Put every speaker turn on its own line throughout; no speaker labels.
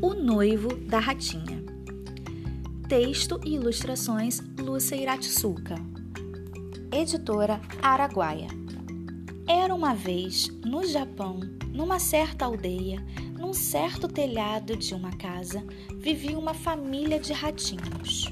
O noivo da ratinha. Texto e ilustrações Lúcia Iratsuka. Editora Araguaia. Era uma vez, no Japão, numa certa aldeia, num certo telhado de uma casa, vivia uma família de ratinhos.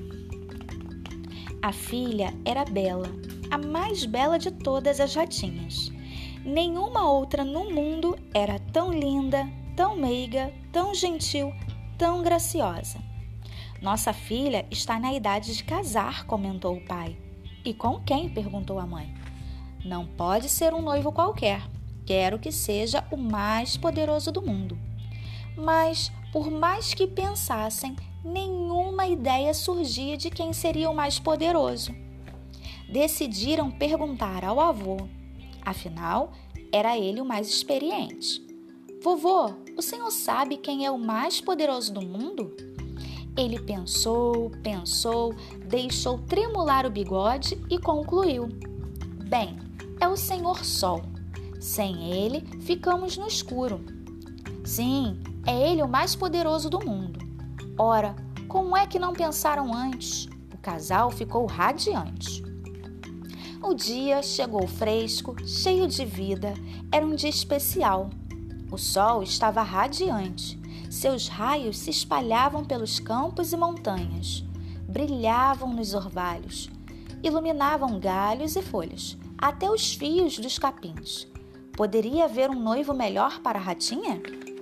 A filha era bela, a mais bela de todas as ratinhas. Nenhuma outra no mundo era tão linda, tão meiga, tão gentil, tão graciosa. Nossa filha está na idade de casar, comentou o pai. E com quem? Perguntou a mãe. Não pode ser um noivo qualquer. Quero que seja o mais poderoso do mundo. Mas, por mais que pensassem, nenhuma ideia surgia de quem seria o mais poderoso. Decidiram perguntar ao avô. Afinal, era ele o mais experiente. Vovô, o senhor sabe quem é o mais poderoso do mundo? Ele pensou, deixou tremular o bigode e concluiu. Bem, é o Senhor Sol. Sem ele, ficamos no escuro. Sim, é ele o mais poderoso do mundo. Ora, como é que não pensaram antes? O casal ficou radiante. O dia chegou fresco, cheio de vida. Era um dia especial. O sol estava radiante. Seus raios se espalhavam pelos campos e montanhas. Brilhavam nos orvalhos. Iluminavam galhos e folhas, até os fios dos capins. Poderia haver um noivo melhor para a ratinha?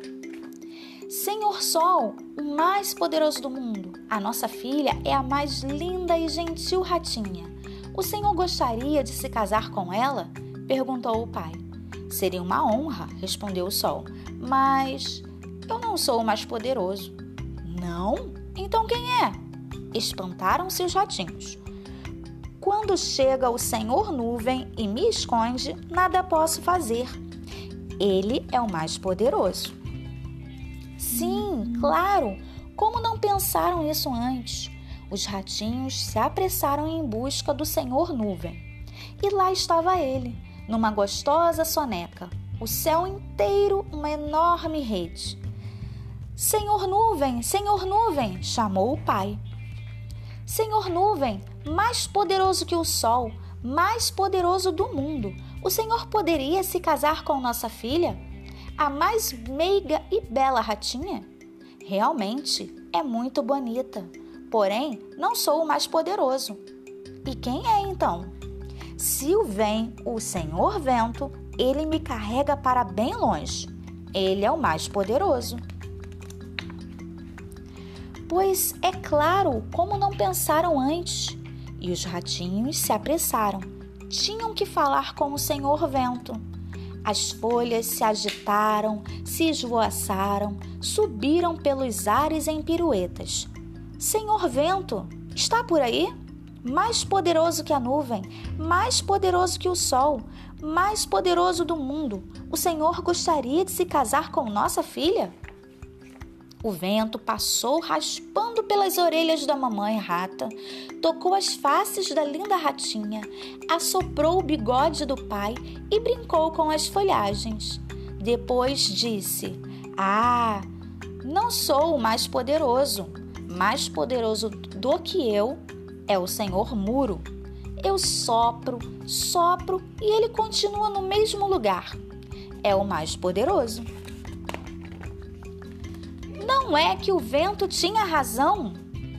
Senhor Sol, o mais poderoso do mundo, a nossa filha é a mais linda e gentil ratinha. O senhor gostaria de se casar com ela? Perguntou o pai. Seria uma honra, respondeu o Sol, mas eu não sou o mais poderoso. Não? Então quem é? Espantaram-se os ratinhos. Quando chega o Senhor Nuvem e me esconde, nada posso fazer. Ele é o mais poderoso. Sim, claro! Como não pensaram nisso antes? Os ratinhos se apressaram em busca do Senhor Nuvem. E lá estava ele, numa gostosa soneca. O céu inteiro uma enorme rede. Senhor Nuvem, chamou o pai. Senhor Nuvem, mais poderoso que o sol, mais poderoso do mundo, o senhor poderia se casar com nossa filha? A mais meiga e bela ratinha? Realmente é muito bonita, porém não sou o mais poderoso. E quem é então? Se vem o Senhor Vento, ele me carrega para bem longe. Ele é o mais poderoso. Pois é claro, como não pensaram antes? E os ratinhos se apressaram. Tinham que falar com o Senhor Vento. As folhas se agitaram, se esvoaçaram, subiram pelos ares em piruetas. Senhor Vento, está por aí? Mais poderoso que a nuvem, mais poderoso que o sol, mais poderoso do mundo, o senhor gostaria de se casar com nossa filha? O vento passou raspando pelas orelhas da mamãe rata, tocou as faces da linda ratinha, assoprou o bigode do pai e brincou com as folhagens. Depois disse: Ah, não sou o mais poderoso do que eu é o Senhor Muro. Eu sopro e ele continua no mesmo lugar. É o mais poderoso. Não é que o vento tinha razão?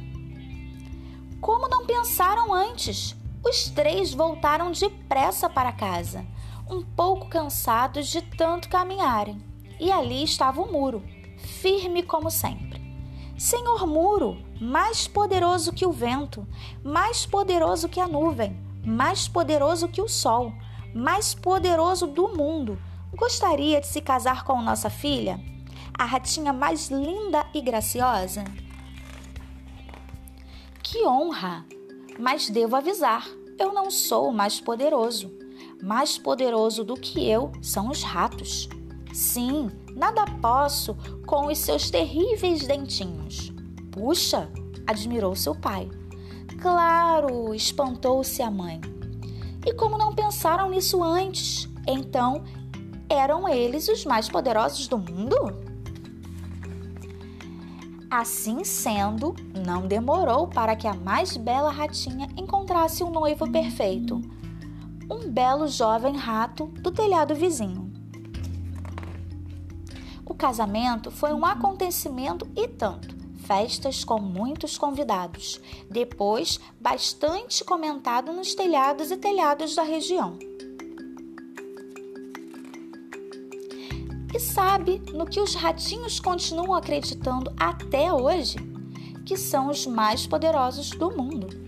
Como não pensaram antes? Os três voltaram depressa para casa, um pouco cansados de tanto caminharem. E ali estava o Muro, firme como sempre. Senhor Muro, mais poderoso que o vento, mais poderoso que a nuvem, mais poderoso que o sol, mais poderoso do mundo, gostaria de se casar com nossa filha? A ratinha mais linda e graciosa? Que honra! Mas devo avisar, eu não sou o mais poderoso. Mais poderoso do que eu são os ratos. Sim, nada posso com os seus terríveis dentinhos. Puxa, admirou seu pai. Claro, espantou-se a mãe. E como não pensaram nisso antes? Então, eram eles os mais poderosos do mundo? Assim sendo, não demorou para que a mais bela ratinha encontrasse um noivo perfeito, um belo jovem rato do telhado vizinho. O casamento foi um acontecimento e tanto, festas com muitos convidados, depois bastante comentado nos telhados e telhados da região. E sabe no que os ratinhos continuam acreditando até hoje? Que são os mais poderosos do mundo.